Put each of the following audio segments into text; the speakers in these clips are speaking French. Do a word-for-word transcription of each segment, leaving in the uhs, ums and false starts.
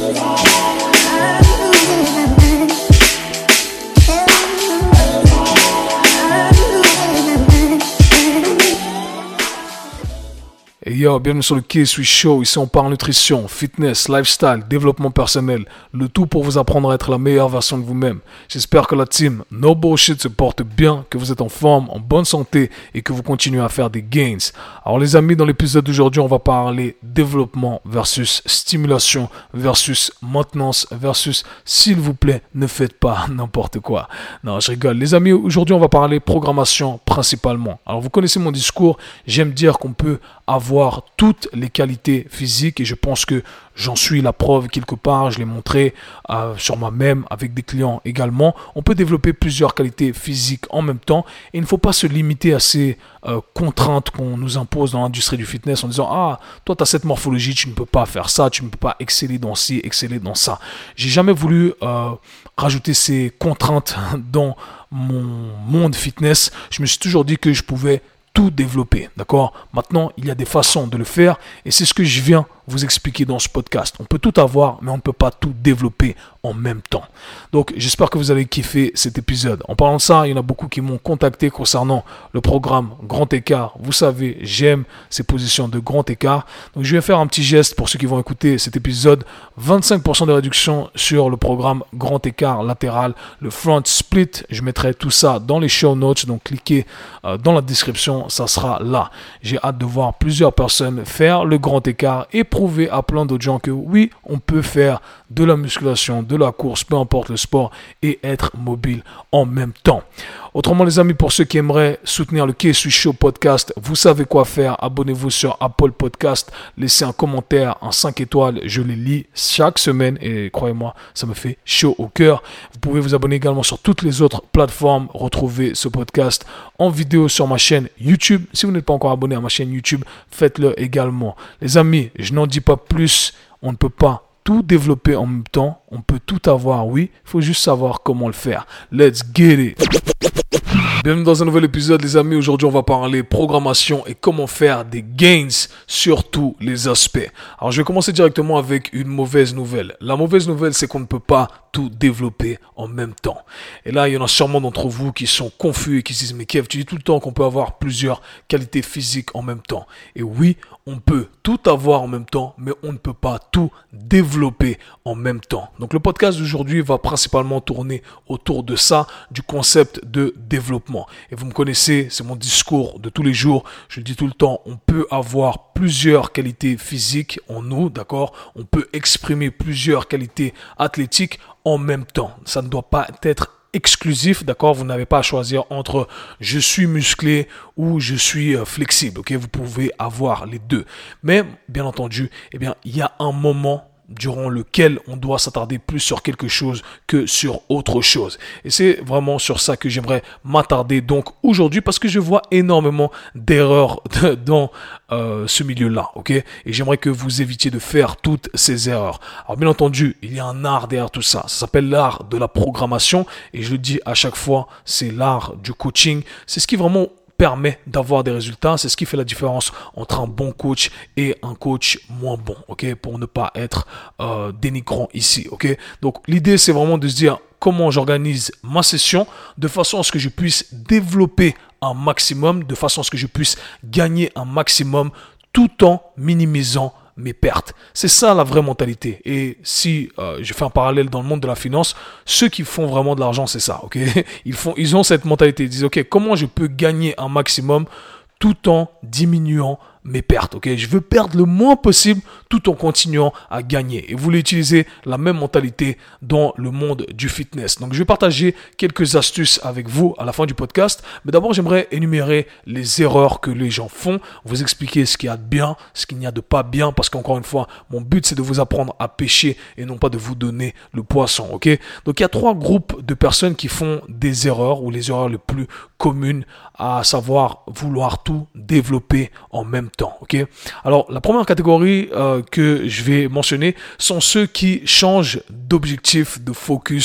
Et yo, bienvenue sur le K-Swiss Show. Ici on parle nutrition, fitness, lifestyle, développement personnel. Le tout pour vous apprendre à être la meilleure version de vous-même. J'espère que la team No Bullshit se porte bien, que vous êtes en forme, en bonne santé et que vous continuez à faire des gains. Alors les amis, dans l'épisode d'aujourd'hui, on va parler développement versus stimulation versus maintenance versus s'il vous plaît, ne faites pas n'importe quoi. Non, je rigole. Les amis, aujourd'hui on va parler programmation principalement. Alors vous connaissez mon discours, j'aime dire qu'on peut avoir toutes les qualités physiques et je pense que j'en suis la preuve quelque part, je l'ai montré euh, sur moi-même avec des clients également. On peut développer plusieurs qualités physiques en même temps et il ne faut pas se limiter à ces euh, contraintes qu'on nous impose dans l'industrie du fitness en disant « Ah, toi tu as cette morphologie, tu ne peux pas faire ça, tu ne peux pas exceller dans ci, exceller dans ça. » J'ai jamais voulu euh, rajouter ces contraintes dans mon monde fitness. Je me suis toujours dit que je pouvais tout développer, d'accord? Maintenant, il y a des façons de le faire et c'est ce que je viens vous expliquer dans ce podcast. On peut tout avoir, mais on ne peut pas tout développer en même temps. Donc, j'espère que vous allez kiffer cet épisode. En parlant de ça, il y en a beaucoup qui m'ont contacté concernant le programme Grand Écart. Vous savez, j'aime ces positions de grand écart. Donc, je vais faire un petit geste pour ceux qui vont écouter cet épisode. vingt-cinq pour cent de réduction sur le programme Grand Écart latéral, le front split. Je mettrai tout ça dans les show notes. Donc, cliquez euh, dans la description, ça sera là. J'ai hâte de voir plusieurs personnes faire le grand écart et prouver à plein d'autres gens que oui, on peut faire de la musculation, de la course, peu importe le sport et être mobile en même temps. Autrement les amis, pour ceux qui aimeraient soutenir le K-Swiss Show podcast, vous savez quoi faire. Abonnez-vous sur Apple Podcast, laissez un commentaire, un cinq étoiles, je les lis chaque semaine et croyez-moi, ça me fait chaud au cœur. Vous pouvez vous abonner également sur toutes les autres plateformes, retrouver ce podcast en vidéo sur ma chaîne YouTube. Si vous n'êtes pas encore abonné à ma chaîne YouTube, faites-le également. Les amis, je n'en dis pas plus, on ne peut pas tout développer en même temps, on peut tout avoir, oui, il faut juste savoir comment le faire. Let's get it! Bienvenue dans un nouvel épisode les amis, aujourd'hui on va parler programmation et comment faire des gains sur tous les aspects. Alors je vais commencer directement avec une mauvaise nouvelle. La mauvaise nouvelle c'est qu'on ne peut pas tout développer en même temps. Et là il y en a sûrement d'entre vous qui sont confus et qui se disent mais Kev, tu dis tout le temps qu'on peut avoir plusieurs qualités physiques en même temps. Et oui, on peut tout avoir en même temps, mais on ne peut pas tout développer en même temps. Donc le podcast d'aujourd'hui va principalement tourner autour de ça, du concept de développement. Et vous me connaissez, c'est mon discours de tous les jours. Je le dis tout le temps, on peut avoir plusieurs qualités physiques en nous, d'accord? On peut exprimer plusieurs qualités athlétiques en même temps. Ça ne doit pas être exclusif, d'accord? Vous n'avez pas à choisir entre je suis musclé ou je suis euh, flexible, ok? Vous pouvez avoir les deux. Mais, bien entendu, eh bien, il y a un moment durant lequel on doit s'attarder plus sur quelque chose que sur autre chose. Et c'est vraiment sur ça que j'aimerais m'attarder donc aujourd'hui parce que je vois énormément d'erreurs de, dans euh, ce milieu-là, ok? Et j'aimerais que vous évitiez de faire toutes ces erreurs. Alors bien entendu, il y a un art derrière tout ça. Ça s'appelle l'art de la programmation et je le dis à chaque fois, c'est l'art du coaching. C'est ce qui vraiment permet d'avoir des résultats. C'est ce qui fait la différence entre un bon coach et un coach moins bon, ok, pour ne pas être euh, dénigrant ici, ok. Donc l'idée c'est vraiment de se dire comment j'organise ma session de façon à ce que je puisse développer un maximum, de façon à ce que je puisse gagner un maximum tout en minimisant mes pertes. C'est ça la vraie mentalité. Et si euh, je fais un parallèle dans le monde de la finance, ceux qui font vraiment de l'argent, c'est ça, ok? Ils font, ils ont cette mentalité. Ils disent, ok, comment je peux gagner un maximum tout en diminuant mes pertes, ok? Je veux perdre le moins possible tout en continuant à gagner. Et vous voulez utiliser la même mentalité dans le monde du fitness. Donc, je vais partager quelques astuces avec vous à la fin du podcast. Mais d'abord, j'aimerais énumérer les erreurs que les gens font, vous expliquer ce qu'il y a de bien, ce qu'il n'y a de pas bien, parce qu'encore une fois, mon but, c'est de vous apprendre à pêcher et non pas de vous donner le poisson, ok? Donc, il y a trois groupes de personnes qui font des erreurs ou les erreurs les plus communes, à savoir vouloir tout développer en même temps, ok? Alors, la première catégorie euh, que je vais mentionner sont ceux qui changent d'objectif, de focus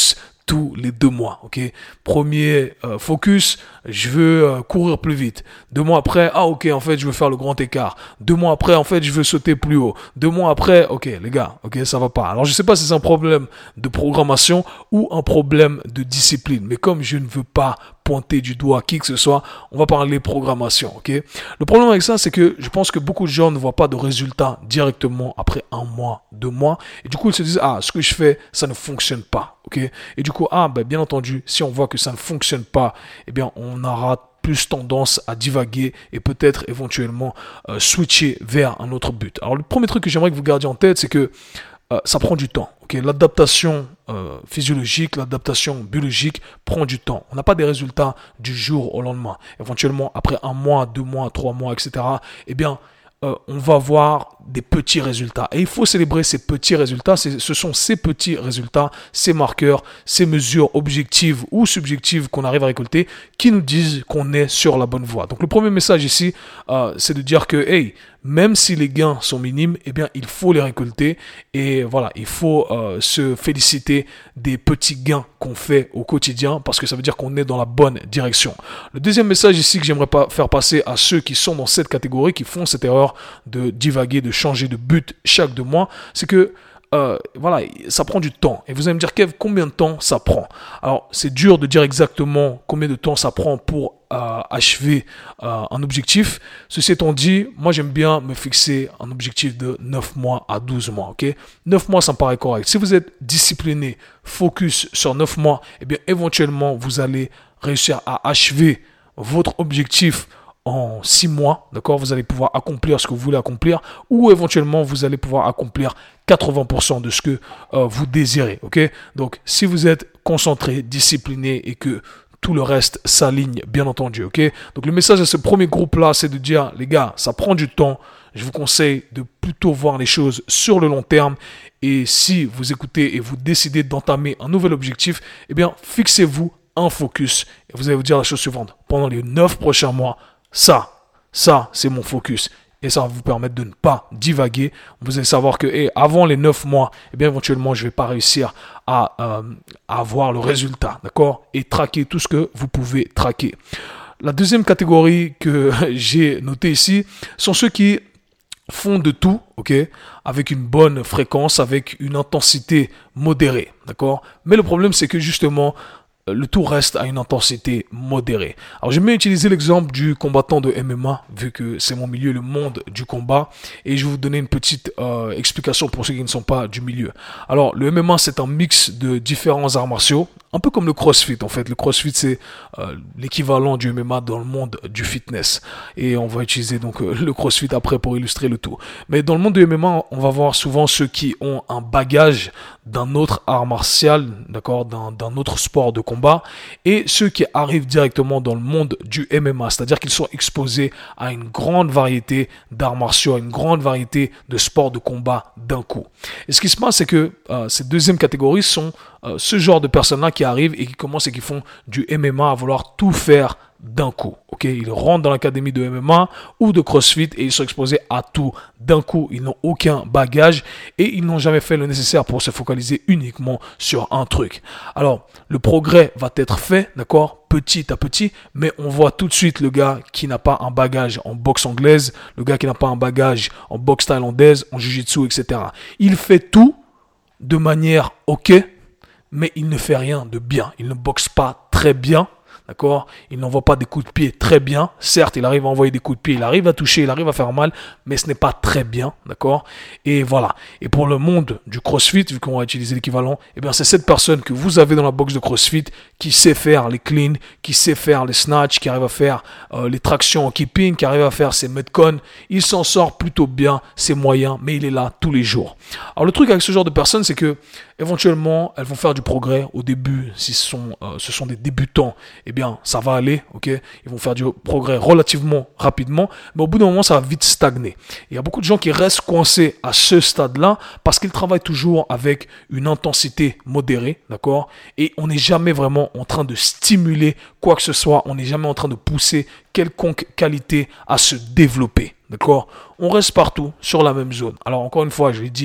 tous les deux mois, ok? Premier euh, focus, je veux euh, courir plus vite. Deux mois après, ah ok, en fait, je veux faire le grand écart. Deux mois après, en fait, je veux sauter plus haut. Deux mois après, ok, les gars, ok, ça va pas. Alors, je sais pas si c'est un problème de programmation ou un problème de discipline, mais comme je ne veux pas pointer du doigt qui que ce soit, on va parler programmation, ok? Le problème avec ça, c'est que je pense que beaucoup de gens ne voient pas de résultats directement après un mois, deux mois, et du coup, ils se disent, ah, ce que je fais, ça ne fonctionne pas, ok? Et du coup, ah, ben, bien entendu, si on voit que ça ne fonctionne pas, eh bien, on aura plus tendance à divaguer et peut-être éventuellement euh, switcher vers un autre but. Alors, le premier truc que j'aimerais que vous gardiez en tête, c'est que Euh, ça prend du temps. Okay? L'adaptation euh, physiologique, l'adaptation biologique prend du temps. On n'a pas des résultats du jour au lendemain. Éventuellement, après un mois, deux mois, trois mois, et cetera, eh bien, euh, on va voir des petits résultats. Et il faut célébrer ces petits résultats. C'est, ce sont ces petits résultats, ces marqueurs, ces mesures objectives ou subjectives qu'on arrive à récolter qui nous disent qu'on est sur la bonne voie. Donc, le premier message ici, euh, c'est de dire que, hey, même si les gains sont minimes, eh bien, il faut les récolter et voilà, il faut euh, se féliciter des petits gains qu'on fait au quotidien parce que ça veut dire qu'on est dans la bonne direction. Le deuxième message ici que j'aimerais pas faire passer à ceux qui sont dans cette catégorie, qui font cette erreur de divaguer, de changer de but chaque deux mois, c'est que Euh, voilà, ça prend du temps. Et vous allez me dire, Kev, combien de temps ça prend? Alors, c'est dur de dire exactement combien de temps ça prend pour euh, achever euh, un objectif. Ceci étant dit, moi, j'aime bien me fixer un objectif de neuf mois à douze mois, ok? neuf mois, ça me paraît correct. Si vous êtes discipliné, focus sur neuf mois, eh bien, éventuellement, vous allez réussir à achever votre objectif en six mois, d'accord? Vous allez pouvoir accomplir ce que vous voulez accomplir ou éventuellement vous allez pouvoir accomplir quatre-vingts pour cent de ce que euh, vous désirez, ok? Donc, si vous êtes concentré, discipliné et que tout le reste s'aligne, bien entendu, ok? Donc, le message de ce premier groupe-là, c'est de dire, les gars, ça prend du temps. Je vous conseille de plutôt voir les choses sur le long terme. Et si vous écoutez et vous décidez d'entamer un nouvel objectif, eh bien, fixez-vous un focus. Et vous allez vous dire la chose suivante. Pendant les neuf prochains mois, Ça, ça, c'est mon focus. Et ça va vous permettre de ne pas divaguer. Vous allez savoir que hey, avant les neuf mois, eh bien, éventuellement, je ne vais pas réussir à, euh, à avoir le résultat. D'accord? Et traquer tout ce que vous pouvez traquer. La deuxième catégorie que j'ai notée ici sont ceux qui font de tout, ok, avec une bonne fréquence, avec une intensité modérée. D'accord? Mais le problème, c'est que justement, le tout reste à une intensité modérée. Alors, j'aime bien utiliser l'exemple du combattant de M M A, vu que c'est mon milieu, le monde du combat. Et je vais vous donner une petite euh, explication pour ceux qui ne sont pas du milieu. Alors, le M M A, c'est un mix de différents arts martiaux, un peu comme le CrossFit, en fait. Le CrossFit, c'est euh, l'équivalent du M M A dans le monde du fitness. Et on va utiliser donc euh, le CrossFit après pour illustrer le tout. Mais dans le monde du M M A, on va voir souvent ceux qui ont un bagage d'un autre art martial, d'accord, d'un, d'un autre sport de combat, et ceux qui arrivent directement dans le monde du M M A, c'est-à-dire qu'ils sont exposés à une grande variété d'arts martiaux, à une grande variété de sports de combat d'un coup. Et ce qui se passe, c'est que euh, ces deuxièmes catégories sont euh, ce genre de personnes-là qui arrivent et qui commencent et qui font du M M A à vouloir tout faire d'un coup, ok? Ils rentrent dans l'académie de M M A ou de CrossFit et ils sont exposés à tout d'un coup. Ils n'ont aucun bagage et ils n'ont jamais fait le nécessaire pour se focaliser uniquement sur un truc. Alors, le progrès va être fait, d'accord? Petit à petit, mais on voit tout de suite le gars qui n'a pas un bagage en boxe anglaise, le gars qui n'a pas un bagage en boxe thaïlandaise, en jiu-jitsu, et cetera. Il fait tout de manière ok, mais il ne fait rien de bien. Il ne boxe pas très bien. D'accord? Il n'envoie pas des coups de pied très bien. Certes, il arrive à envoyer des coups de pied, il arrive à toucher, il arrive à faire mal, mais ce n'est pas très bien. D'accord? Et voilà. Et pour le monde du CrossFit, vu qu'on va utiliser l'équivalent, eh bien, c'est cette personne que vous avez dans la box de CrossFit qui sait faire les cleans, qui sait faire les snatchs, qui arrive à faire euh, les tractions en keeping, qui arrive à faire ses metcons. Il s'en sort plutôt bien, c'est moyen, mais il est là tous les jours. Alors, le truc avec ce genre de personnes, c'est que éventuellement, elles vont faire du progrès au début. Si ce sont, euh, ce sont des débutants, eh bien, ça va aller, ok? Ils vont faire du progrès relativement rapidement, mais au bout d'un moment, ça va vite stagner. Et il y a beaucoup de gens qui restent coincés à ce stade-là parce qu'ils travaillent toujours avec une intensité modérée, d'accord? Et on n'est jamais vraiment en train de stimuler quoi que ce soit. On n'est jamais en train de pousser quelconque qualité à se développer, d'accord? On reste partout sur la même zone. Alors, encore une fois, je l'ai dit,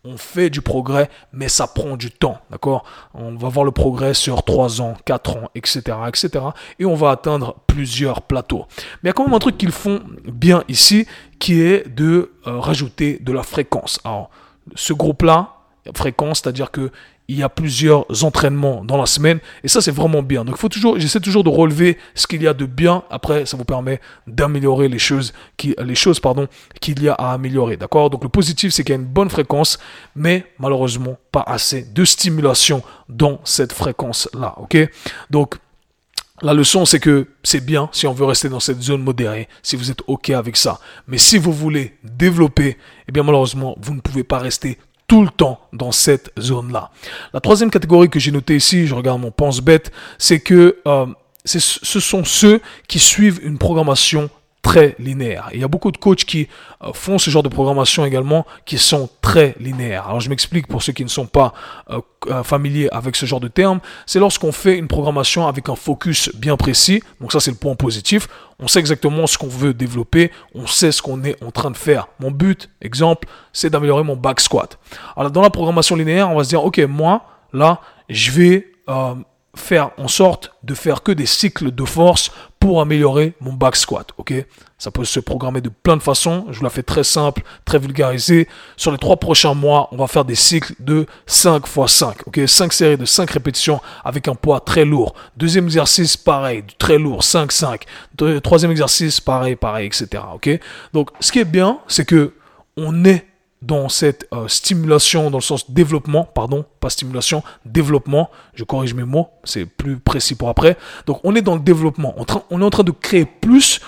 on fait du progrès, mais ça prend du temps, d'accord? On va voir le progrès sur trois ans, quatre ans, et cetera, et cetera. Et on va atteindre plusieurs plateaux. Mais il y a quand même un truc qu'ils font bien ici, qui est de euh, rajouter de la fréquence. Alors, ce groupe-là, fréquence, c'est-à-dire que il y a plusieurs entraînements dans la semaine et ça c'est vraiment bien. Donc il faut toujours, j'essaie toujours de relever ce qu'il y a de bien. Après ça vous permet d'améliorer les choses qui, les choses pardon qu'il y a à améliorer. D'accord. Donc le positif c'est qu'il y a une bonne fréquence, mais malheureusement pas assez de stimulation dans cette fréquence là. Ok. Donc la leçon, c'est que c'est bien si on veut rester dans cette zone modérée, si vous êtes OK avec ça. Mais si vous voulez développer, eh bien malheureusement, vous ne pouvez pas rester tout le temps dans cette zone-là. La troisième catégorie que j'ai notée ici, je regarde mon pense-bête, c'est que euh, c'est, ce sont ceux qui suivent une programmation très linéaire. Et il y a beaucoup de coachs qui euh, font ce genre de programmation également, qui sont très linéaires. Alors je m'explique pour ceux qui ne sont pas euh, euh, familiers avec ce genre de terme. C'est lorsqu'on fait une programmation avec un focus bien précis. Donc ça c'est le point positif. On sait exactement ce qu'on veut développer. On sait ce qu'on est en train de faire. Mon but, exemple, c'est d'améliorer mon back squat. Alors dans la programmation linéaire, on va se dire, ok, moi, là, je vais euh, faire en sorte de faire que des cycles de force pour améliorer mon back squat, ok? Ça peut se programmer de plein de façons. Je vous la fais très simple, très vulgarisée. Sur les trois prochains mois, on va faire des cycles de cinq fois cinq, ok? cinq séries de cinq répétitions avec un poids très lourd. Deuxième exercice, pareil, très lourd, cinq cinq. Troisième exercice, pareil, pareil, et cetera, ok? Donc, ce qui est bien, c'est que on est dans cette euh, stimulation, dans le sens développement, pardon, pas stimulation, développement, je corrige mes mots, c'est plus précis pour après. Donc on est dans le développement, on, tra- on est en train de créer plus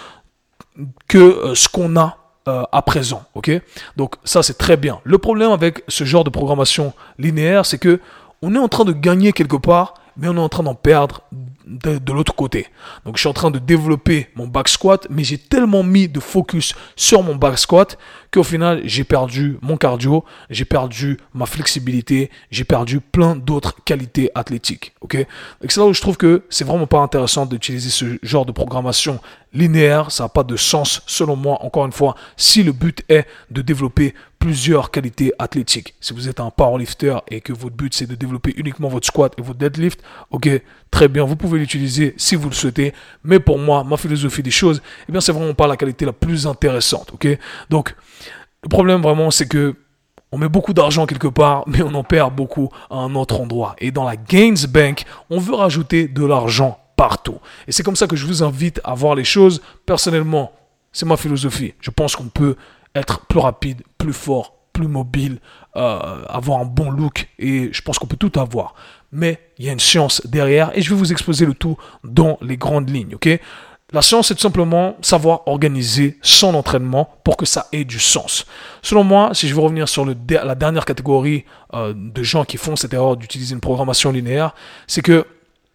que euh, ce qu'on a euh, à présent, ok? Donc ça c'est très bien. Le problème avec ce genre de programmation linéaire, c'est que on est en train de gagner quelque part, mais on est en train d'en perdre de, de l'autre côté. Donc je suis en train de développer mon back squat, mais j'ai tellement mis de focus sur mon back squat qu'au final j'ai perdu mon cardio, j'ai perdu ma flexibilité, j'ai perdu plein d'autres qualités athlétiques. Ok? Donc c'est là où je trouve que c'est vraiment pas intéressant d'utiliser ce genre de programmation linéaire. Ça n'a pas de sens selon moi. Encore une fois, si le but est de développer plusieurs qualités athlétiques. Si vous êtes un powerlifter et que votre but c'est de développer uniquement votre squat et votre deadlift, ok, très bien, vous pouvez l'utiliser si vous le souhaitez. Mais pour moi, ma philosophie des choses, eh bien c'est vraiment pas la qualité la plus intéressante, ok. Donc le problème vraiment c'est que on met beaucoup d'argent quelque part, mais on en perd beaucoup à un autre endroit. Et dans la Gains Bank, on veut rajouter de l'argent partout. Et c'est comme ça que je vous invite à voir les choses. Personnellement, c'est ma philosophie. Je pense qu'on peut être plus rapide, plus fort, plus mobile, euh, avoir un bon look et je pense qu'on peut tout avoir. Mais il y a une science derrière et je vais vous exposer le tout dans les grandes lignes, ok? La science, c'est tout simplement savoir organiser son entraînement pour que ça ait du sens. Selon moi, si je veux revenir sur le, la dernière catégorie euh, de gens qui font cette erreur d'utiliser une programmation linéaire, c'est que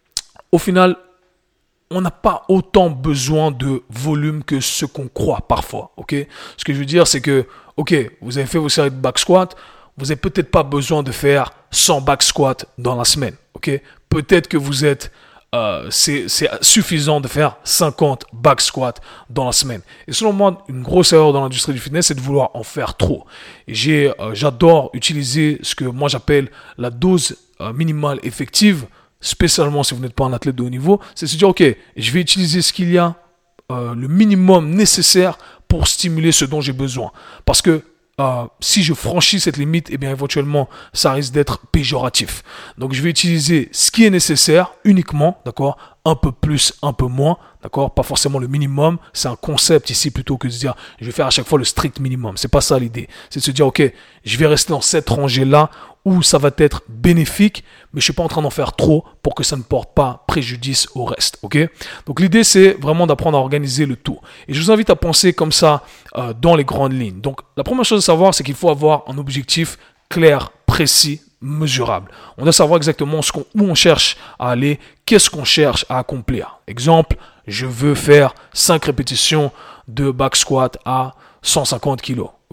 au final, on n'a pas autant besoin de volume que ce qu'on croit parfois, ok? Ce que je veux dire, c'est que, ok, vous avez fait vos séries de back squat, vous n'avez peut-être pas besoin de faire cent back squat dans la semaine, ok? Peut-être que vous êtes, euh, c'est, c'est suffisant de faire cinquante back squats dans la semaine. Et selon moi, une grosse erreur dans l'industrie du fitness, c'est de vouloir en faire trop. Et j'ai, euh, j'adore utiliser ce que moi j'appelle la dose euh, minimale effective, spécialement si vous n'êtes pas un athlète de haut niveau, c'est se dire, ok, je vais utiliser ce qu'il y a, euh, le minimum nécessaire pour stimuler ce dont j'ai besoin. Parce que euh, si je franchis cette limite, eh bien éventuellement, ça risque d'être péjoratif. Donc je vais utiliser ce qui est nécessaire uniquement, d'accord, un peu plus, un peu moins, d'accord, pas forcément le minimum. C'est un concept ici plutôt que de se dire, je vais faire à chaque fois le strict minimum. C'est pas ça l'idée. C'est de se dire, ok, je vais rester dans cette rangée-là où ça va être bénéfique, mais je suis pas en train d'en faire trop pour que ça ne porte pas préjudice au reste, ok? Donc l'idée c'est vraiment d'apprendre à organiser le tout. Et je vous invite à penser comme ça euh, dans les grandes lignes. Donc la première chose à savoir, c'est qu'il faut avoir un objectif clair, précis, mesurable. On doit savoir exactement ce qu'on, où on cherche à aller, qu'est-ce qu'on cherche à accomplir. Exemple, je veux faire cinq répétitions de back squat à cent cinquante kilos, ok?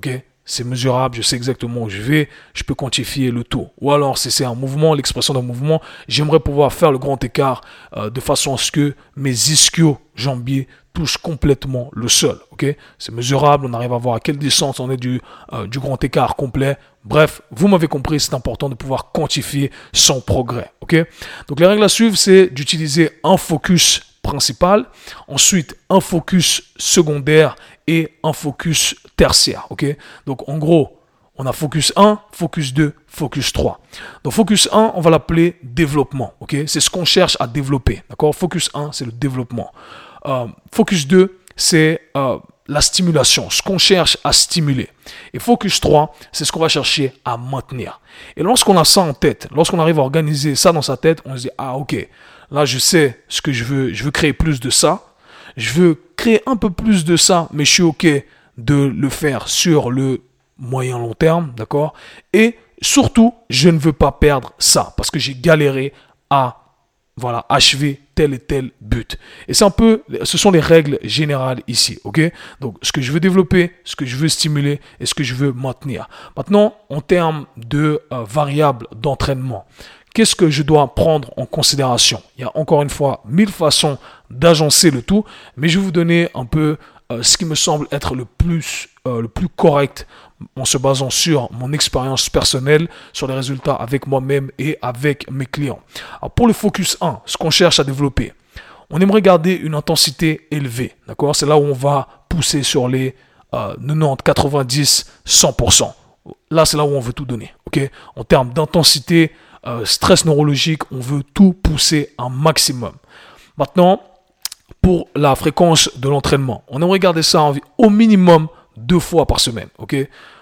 c'est mesurable, je sais exactement où je vais, je peux quantifier le tout. Ou alors, si c'est un mouvement, l'expression d'un mouvement, j'aimerais pouvoir faire le grand écart euh, de façon à ce que mes ischio-jambiers touchent complètement le sol. Ok, c'est mesurable, on arrive à voir à quelle distance on est du, euh, du grand écart complet. Bref, vous m'avez compris, c'est important de pouvoir quantifier son progrès. Ok, donc les règles à suivre, c'est d'utiliser un focus principal, ensuite un focus secondaire et un focus tertiaire. Ok, donc en gros, on a focus un, focus deux, focus trois. Donc focus un, on va l'appeler développement. Ok, c'est ce qu'on cherche à développer. D'accord, focus un, c'est le développement. Euh, focus deux, c'est euh, la stimulation, ce qu'on cherche à stimuler. Et focus trois, c'est ce qu'on va chercher à maintenir. Et lorsqu'on a ça en tête, lorsqu'on arrive à organiser ça dans sa tête, on se dit, ah ok, là je sais ce que je veux, je veux créer plus de ça, je veux créer un peu plus de ça, mais je suis ok de le faire sur le moyen long terme, d'accord? Et surtout, je ne veux pas perdre ça, parce que j'ai galéré à voilà, achever tel et tel but. Et c'est un peu, ce sont les règles générales ici, ok? Donc, ce que je veux développer, ce que je veux stimuler et ce que je veux maintenir. Maintenant, en termes de euh, variables d'entraînement, qu'est-ce que je dois prendre en considération? Il y a encore une fois mille façons d'agencer le tout, mais je vais vous donner un peu euh, ce qui me semble être le plus, euh, le plus correct en se basant sur mon expérience personnelle, sur les résultats avec moi-même et avec mes clients. Alors pour le focus un, ce qu'on cherche à développer, on aimerait garder une intensité élevée, d'accord? C'est là où on va pousser sur les euh, quatre-vingt-dix, quatre-vingt-dix, cent pour cent. Là, c'est là où on veut tout donner, ok? En termes d'intensité, euh, stress neurologique, on veut tout pousser un maximum. Maintenant, pour la fréquence de l'entraînement, on aimerait garder ça en, au minimum deux fois par semaine, ok?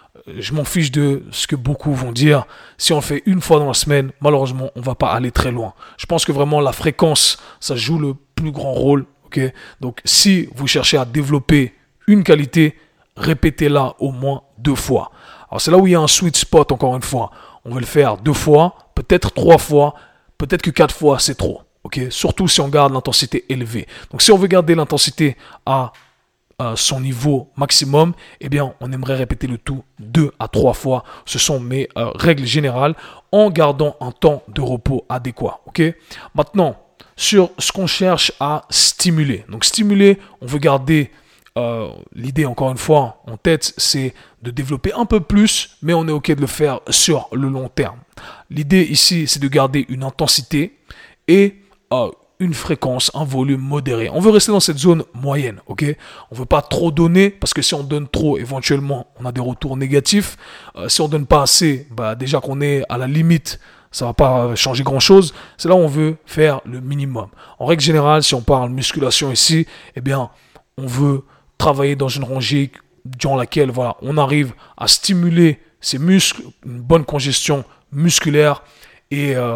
Je m'en fiche de ce que beaucoup vont dire. Si on le fait une fois dans la semaine, malheureusement, on va pas aller très loin. Je pense que vraiment la fréquence, ça joue le plus grand rôle, ok? Donc, si vous cherchez à développer une qualité, répétez-la au moins deux fois. Alors, c'est là où il y a un sweet spot, encore une fois. On va le faire deux fois, peut-être trois fois, peut-être que quatre fois, c'est trop, ok? Surtout si on garde l'intensité élevée. Donc, si on veut garder l'intensité à son niveau maximum, eh bien, on aimerait répéter le tout deux à trois fois. Ce sont mes euh, règles générales en gardant un temps de repos adéquat. Ok. Maintenant, sur ce qu'on cherche à stimuler. Donc, stimuler, on veut garder euh, l'idée, encore une fois, en tête, c'est de développer un peu plus, mais on est ok de le faire sur le long terme. L'idée ici, c'est de garder une intensité et euh, une fréquence, un volume modéré. On veut rester dans cette zone moyenne, ok? On veut pas trop donner, parce que si on donne trop, éventuellement, on a des retours négatifs. Euh, si on donne pas assez, bah, déjà qu'on est à la limite, ça va pas changer grand-chose. C'est là où on veut faire le minimum. En règle générale, si on parle musculation ici, eh bien, on veut travailler dans une rangée durant laquelle, voilà, on arrive à stimuler ses muscles, une bonne congestion musculaire, et euh,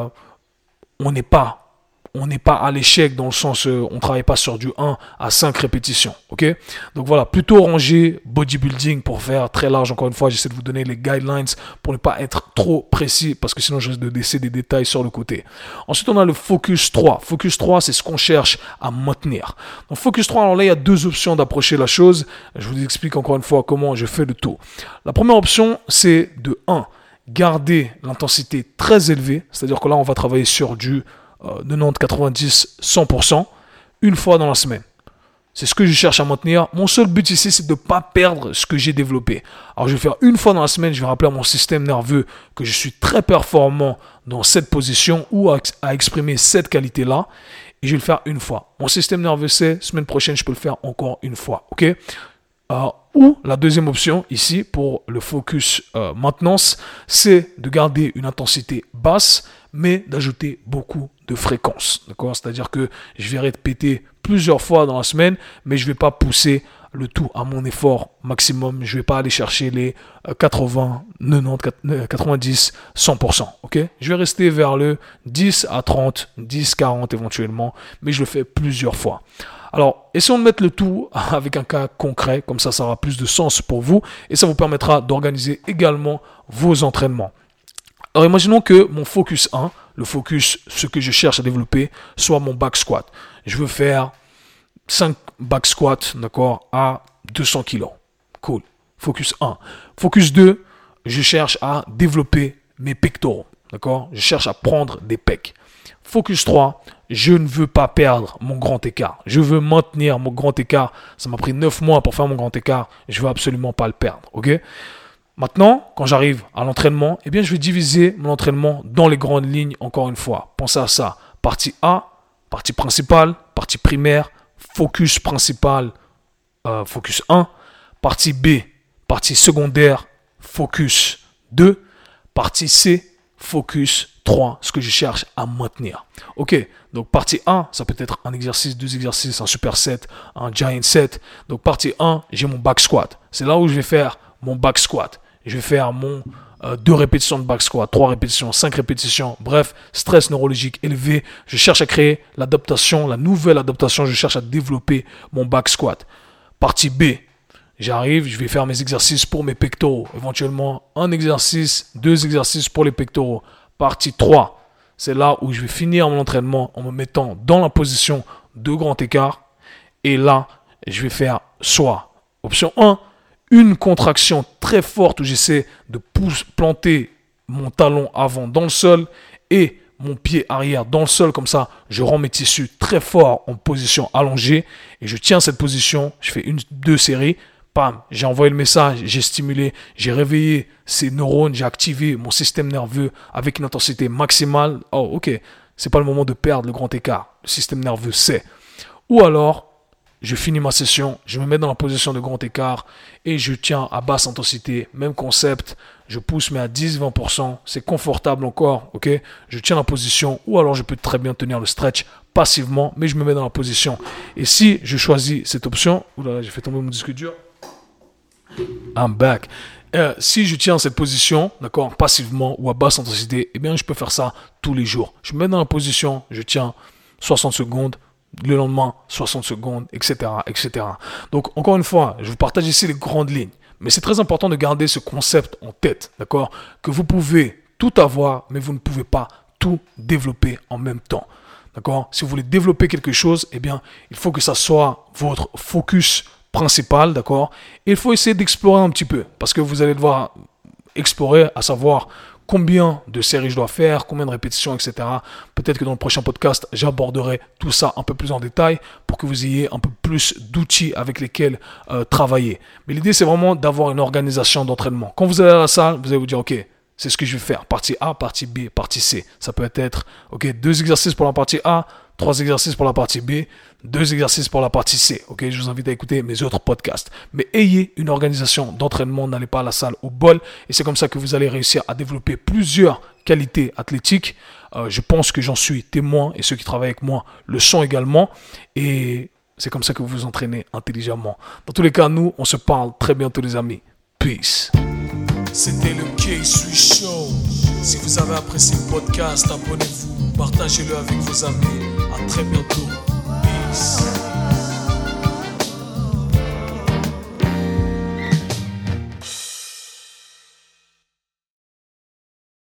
on n'est pas on n'est pas à l'échec dans le sens euh, on travaille pas sur du un à cinq répétitions, ok? Donc voilà, plutôt rangé bodybuilding pour faire très large. Encore une fois, j'essaie de vous donner les guidelines pour ne pas être trop précis parce que sinon je risque de laisser des détails sur le côté. Ensuite, on a le focus trois. Focus trois, c'est ce qu'on cherche à maintenir. Donc focus trois, alors là, il y a deux options d'approcher la chose. Je vous explique encore une fois comment je fais le tout. La première option, c'est de un, garder l'intensité très élevée, c'est-à-dire que là, on va travailler sur du Euh, quatre-vingt-dix, quatre-vingt-dix, cent pour cent une fois dans la semaine. C'est ce que je cherche à maintenir. Mon seul but ici, c'est de ne pas perdre ce que j'ai développé. Alors, je vais faire une fois dans la semaine, je vais rappeler à mon système nerveux que je suis très performant dans cette position ou à, à exprimer cette qualité-là. Et je vais le faire une fois. Mon système nerveux sait, semaine prochaine, je peux le faire encore une fois. Ok? Euh, ou la deuxième option ici pour le focus euh, maintenance, c'est de garder une intensité basse, mais d'ajouter beaucoup de fréquence. D'accord? C'est-à-dire que je vais répéter plusieurs fois dans la semaine, mais je ne vais pas pousser le tout à mon effort maximum. Je ne vais pas aller chercher les quatre-vingts, quatre-vingt-dix, quatre-vingt-dix, cent pour cent. Ok? Je vais rester vers le dix à trente, dix, quarante éventuellement, mais je le fais plusieurs fois. Alors, essayons de mettre le tout avec un cas concret, comme ça, ça aura plus de sens pour vous et ça vous permettra d'organiser également vos entraînements. Alors, imaginons que mon focus un, le focus, ce que je cherche à développer, soit mon back squat. Je veux faire cinq back squats, d'accord, à deux cents kilos. Cool. Focus un. Focus deux, je cherche à développer mes pectoraux. D'accord? Je cherche à prendre des pecs. Focus trois, je ne veux pas perdre mon grand écart. Je veux maintenir mon grand écart. Ça m'a pris neuf mois pour faire mon grand écart. Je ne veux absolument pas le perdre. Ok? Maintenant, quand j'arrive à l'entraînement, eh bien, je vais diviser mon entraînement dans les grandes lignes encore une fois. Pensez à ça. Partie A, partie principale, partie primaire, focus principal, euh, focus un. Partie B, partie secondaire, focus deux. Partie C, focus trois, ce que je cherche à maintenir. Ok, donc partie un, ça peut être un exercice, deux exercices, un superset, un giant set. Donc partie un, j'ai mon back squat. C'est là où je vais faire mon back squat. Je vais faire mon euh, deux répétitions de back squat, trois répétitions, cinq répétitions. Bref, stress neurologique élevé. Je cherche à créer l'adaptation, la nouvelle adaptation. Je cherche à développer mon back squat. Partie B, j'arrive, je vais faire mes exercices pour mes pectoraux. Éventuellement, un exercice, deux exercices pour les pectoraux. Partie trois, c'est là où je vais finir mon entraînement en me mettant dans la position de grand écart. Et là, je vais faire soit option un, une contraction très forte où j'essaie de pousse, planter mon talon avant dans le sol et mon pied arrière dans le sol. Comme ça, je rends mes tissus très forts en position allongée et je tiens cette position. Je fais une, deux séries. Pam, j'ai envoyé le message, j'ai stimulé, j'ai réveillé ces neurones, j'ai activé mon système nerveux avec une intensité maximale. Oh, ok, c'est pas le moment de perdre le grand écart. Le système nerveux sait. Ou alors, je finis ma session, je me mets dans la position de grand écart et je tiens à basse intensité. Même concept, je pousse mais à dix à vingt pour cent. C'est confortable encore, ok? Je tiens la position ou alors je peux très bien tenir le stretch passivement, mais je me mets dans la position. Et si je choisis cette option, oula, j'ai fait tomber mon disque dur. I'm back. Euh, si je tiens cette position, d'accord, passivement ou à basse intensité, eh bien, je peux faire ça tous les jours. Je me mets dans la position, je tiens soixante secondes, le lendemain, soixante secondes, et cetera, et cetera. Donc, encore une fois, je vous partage ici les grandes lignes. Mais c'est très important de garder ce concept en tête, d'accord, que vous pouvez tout avoir, mais vous ne pouvez pas tout développer en même temps. D'accord? Si vous voulez développer quelque chose, eh bien, il faut que ça soit votre focus principal, d'accord? Et il faut essayer d'explorer un petit peu, parce que vous allez devoir explorer, à savoir combien de séries je dois faire, combien de répétitions, et cetera. Peut-être que dans le prochain podcast, j'aborderai tout ça un peu plus en détail pour que vous ayez un peu plus d'outils avec lesquels euh, travailler. Mais l'idée, c'est vraiment d'avoir une organisation d'entraînement. Quand vous allez à la salle, vous allez vous dire, ok, c'est ce que je vais faire. Partie A, partie B, partie C. Ça peut être, ok, deux exercices pour la partie A, trois exercices pour la partie B, deux exercices pour la partie C. Ok, je vous invite à écouter mes autres podcasts. Mais ayez une organisation d'entraînement, n'allez pas à la salle au bol. Et c'est comme ça que vous allez réussir à développer plusieurs qualités athlétiques. Euh, je pense que j'en suis témoin et ceux qui travaillent avec moi le sont également. Et c'est comme ça que vous vous entraînez intelligemment. Dans tous les cas, nous, on se parle très bientôt les amis. Peace. C'était le K-Swiss Show. Si vous avez apprécié le podcast, abonnez-vous, partagez-le avec vos amis. À très bientôt. Peace.